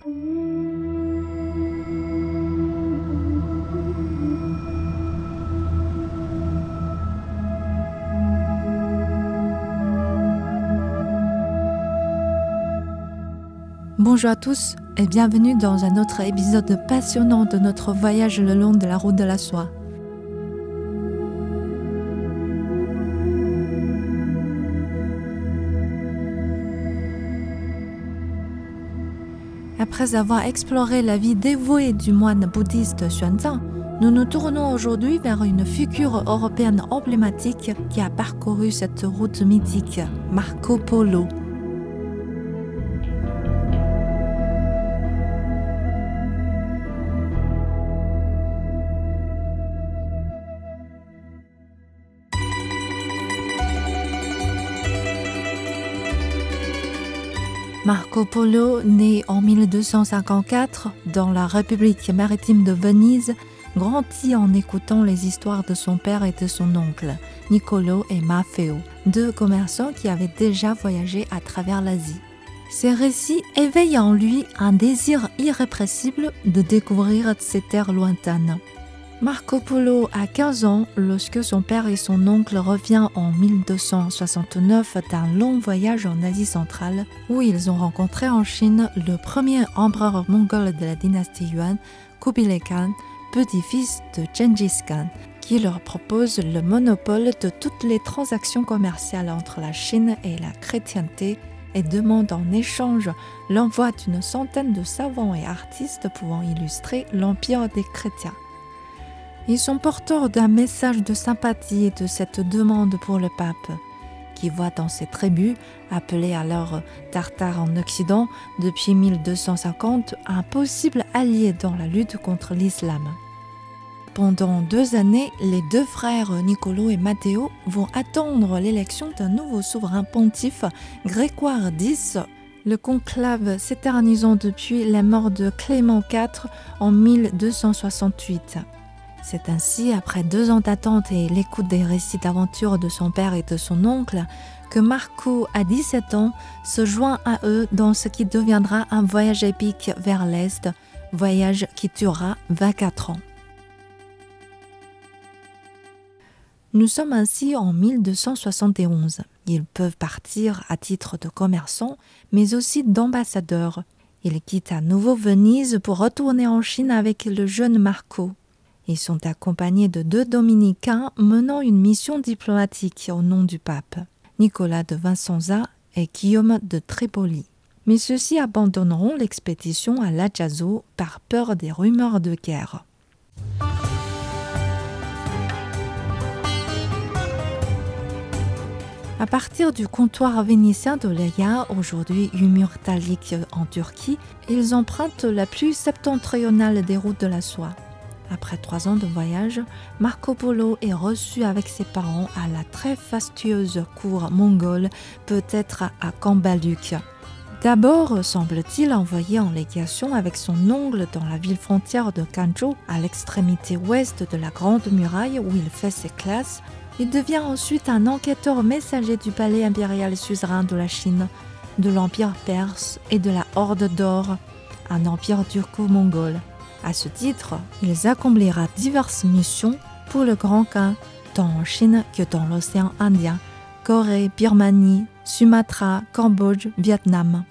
Bonjour à tous et bienvenue dans un autre épisode passionnant de notre voyage le long de la route de la soie. Après avoir exploré la vie dévouée du moine bouddhiste Xuanzang, nous nous tournons aujourd'hui vers une figure européenne emblématique qui a parcouru cette route mythique, Marco Polo. Marco Polo, né en 1254 dans la République maritime de Venise, grandit en écoutant les histoires de son père et de son oncle, Niccolo et Maffeo, deux commerçants qui avaient déjà voyagé à travers l'Asie. Ces récits éveillent en lui un désir irrépressible de découvrir ces terres lointaines. Marco Polo a 15 ans lorsque son père et son oncle reviennent en 1269 d'un long voyage en Asie centrale où ils ont rencontré en Chine le premier empereur mongol de la dynastie Yuan, Kubilai Khan, petit-fils de Gengis Khan, qui leur propose le monopole de toutes les transactions commerciales entre la Chine et la chrétienté et demande en échange l'envoi d'une centaine de savants et artistes pouvant illustrer l'empire des chrétiens. Ils sont porteurs d'un message de sympathie et de cette demande pour le pape, qui voit dans ces tribus, appelées alors Tartares en Occident depuis 1250, un possible allié dans la lutte contre l'islam. Pendant 2 années, les deux frères Niccolo et Matteo vont attendre l'élection d'un nouveau souverain pontife, Grégoire X, le conclave s'éternisant depuis la mort de Clément IV en 1268. C'est ainsi, après 2 ans d'attente et l'écoute des récits d'aventure de son père et de son oncle, que Marco, à 17 ans, se joint à eux dans ce qui deviendra un voyage épique vers l'Est, voyage qui durera 24 ans. Nous sommes ainsi en 1271. Ils peuvent partir à titre de commerçants, mais aussi d'ambassadeurs. Ils quittent à nouveau Venise pour retourner en Chine avec le jeune Marco. Ils sont accompagnés de 2 dominicains menant une mission diplomatique au nom du pape, Nicolas de Vincenza et Guillaume de Tripoli. Mais ceux-ci abandonneront l'expédition à Lajazzo par peur des rumeurs de guerre. À partir du comptoir vénitien de Leia, aujourd'hui Yumurtalik en Turquie, ils empruntent la plus septentrionale des routes de la soie. Après 3 ans de voyage, Marco Polo est reçu avec ses parents à la très fastueuse cour mongole, peut-être à Kambaluk. D'abord, semble-t-il envoyé en légation avec son oncle dans la ville frontière de Kanzhou, à l'extrémité ouest de la Grande Muraille où il fait ses classes, il devient ensuite un enquêteur messager du palais impérial suzerain de la Chine, de l'Empire perse et de la Horde d'Or, un empire turco-mongol. À ce titre, il accomplira diverses missions pour le Grand Khan, tant en Chine que dans l'océan Indien, Corée, Birmanie, Sumatra, Cambodge, Vietnam.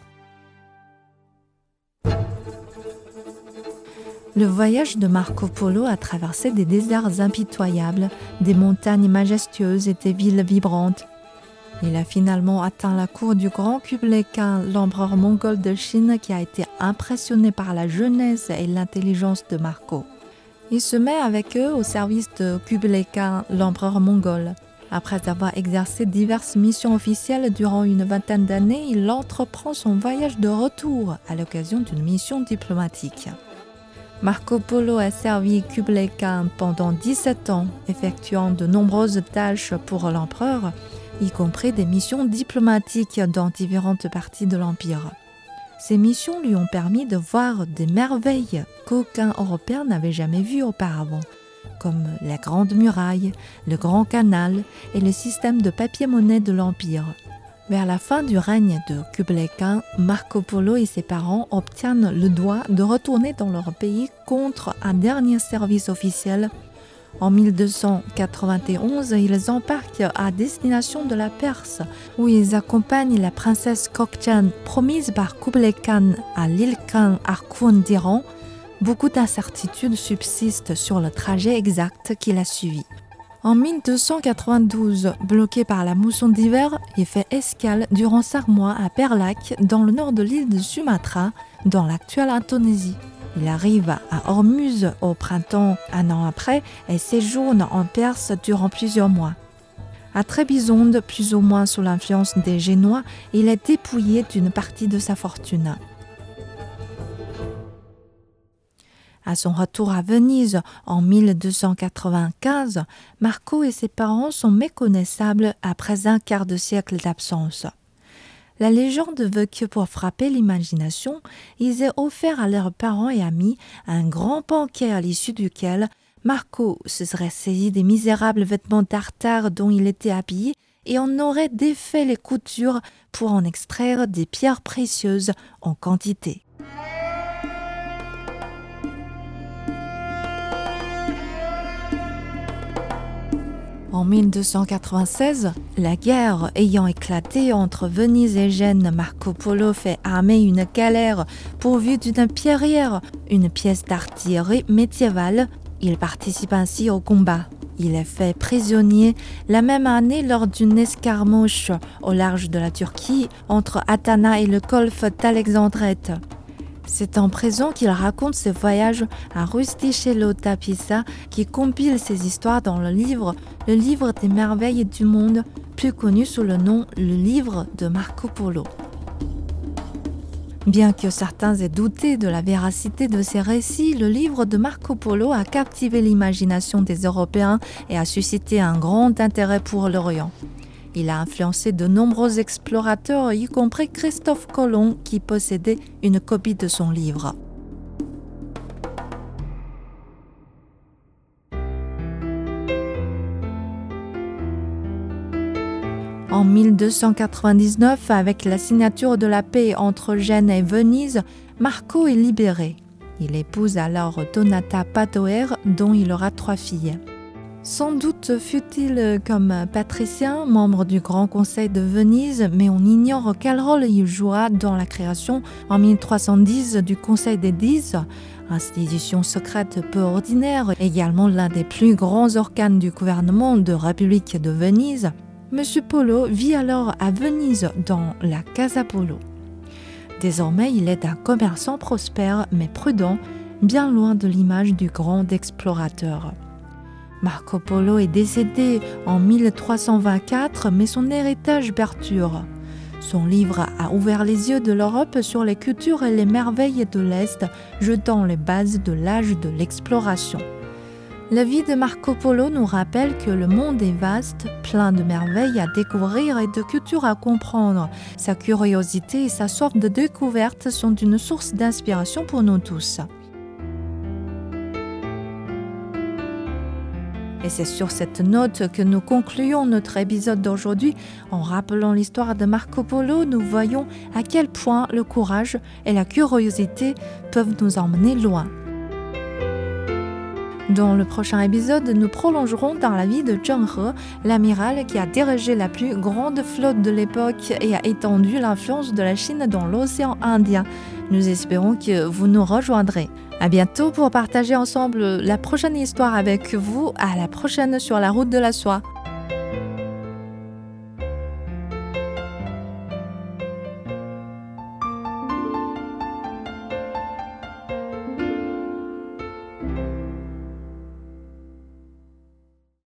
Le voyage de Marco Polo a traversé des déserts impitoyables, des montagnes majestueuses et des villes vibrantes. Il a finalement atteint la cour du grand Kublai Khan, l'empereur mongol de Chine, qui a été impressionné par la jeunesse et l'intelligence de Marco. Il se met avec eux au service de Kublai Khan, l'empereur mongol. Après avoir exercé diverses missions officielles durant une 20aine d'années, il entreprend son voyage de retour à l'occasion d'une mission diplomatique. Marco Polo a servi Kublai Khan pendant 17 ans, effectuant de nombreuses tâches pour l'empereur, y compris des missions diplomatiques dans différentes parties de l'Empire. Ces missions lui ont permis de voir des merveilles qu'aucun Européen n'avait jamais vues auparavant, comme la Grande Muraille, le Grand Canal et le système de papier-monnaie de l'Empire. Vers la fin du règne de Kublai Khan, Marco Polo et ses parents obtiennent le droit de retourner dans leur pays contre un dernier service officiel. En 1291, ils embarquent à destination de la Perse, où ils accompagnent la princesse Kokjan promise par Kublai Khan à l'île Khan Arkoun d'Iran. Beaucoup d'incertitudes subsistent sur le trajet exact qu'il a suivi. En 1292, bloqué par la mousson d'hiver, il fait escale durant 5 mois à Perlak, dans le nord de l'île de Sumatra, dans l'actuelle Indonésie. Il arrive à Ormuz au printemps un an après et séjourne en Perse durant plusieurs mois. À Trébizonde, plus ou moins sous l'influence des Génois, il est dépouillé d'une partie de sa fortune. À son retour à Venise en 1295, Marco et ses parents sont méconnaissables après un quart de siècle d'absence. La légende veut que pour frapper l'imagination, ils aient offert à leurs parents et amis un grand banquet à l'issue duquel Marco se serait saisi des misérables vêtements tartares dont il était habillé et en aurait défait les coutures pour en extraire des pierres précieuses en quantité. En 1296, la guerre ayant éclaté entre Venise et Gênes, Marco Polo fait armer une galère pourvue d'une pierrière, une pièce d'artillerie médiévale. Il participe ainsi au combat. Il est fait prisonnier la même année lors d'une escarmouche au large de la Turquie entre Adana et le golfe d'Alexandrette. C'est en prison qu'il raconte ses voyages à Rustichello da Pisa qui compile ses histoires dans le livre des merveilles du monde, plus connu sous le nom Le livre de Marco Polo. Bien que certains aient douté de la véracité de ces récits, le livre de Marco Polo a captivé l'imagination des Européens et a suscité un grand intérêt pour l'Orient. Il a influencé de nombreux explorateurs, y compris Christophe Colomb, qui possédait une copie de son livre. En 1299, avec la signature de la paix entre Gênes et Venise, Marco est libéré. Il épouse alors Donata Padoer, dont il aura 3 filles. Sans doute fut-il comme patricien, membre du Grand Conseil de Venise, mais on ignore quel rôle il joua dans la création en 1310 du Conseil des 10, institution secrète peu ordinaire, également l'un des plus grands organes du gouvernement de République de Venise. Monsieur Polo vit alors à Venise dans la Casa Polo. Désormais, il est un commerçant prospère mais prudent, bien loin de l'image du grand explorateur. Marco Polo est décédé en 1324, mais son héritage perdure. Son livre a ouvert les yeux de l'Europe sur les cultures et les merveilles de l'Est, jetant les bases de l'âge de l'exploration. La vie de Marco Polo nous rappelle que le monde est vaste, plein de merveilles à découvrir et de cultures à comprendre. Sa curiosité et sa soif de découverte sont une source d'inspiration pour nous tous. Et c'est sur cette note que nous concluons notre épisode d'aujourd'hui. En rappelant l'histoire de Marco Polo, nous voyons à quel point le courage et la curiosité peuvent nous emmener loin. Dans le prochain épisode, nous prolongerons dans la vie de Zheng He, l'amiral qui a dirigé la plus grande flotte de l'époque et a étendu l'influence de la Chine dans l'océan Indien. Nous espérons que vous nous rejoindrez. À bientôt pour partager ensemble la prochaine histoire avec vous. À la prochaine sur la route de la soie.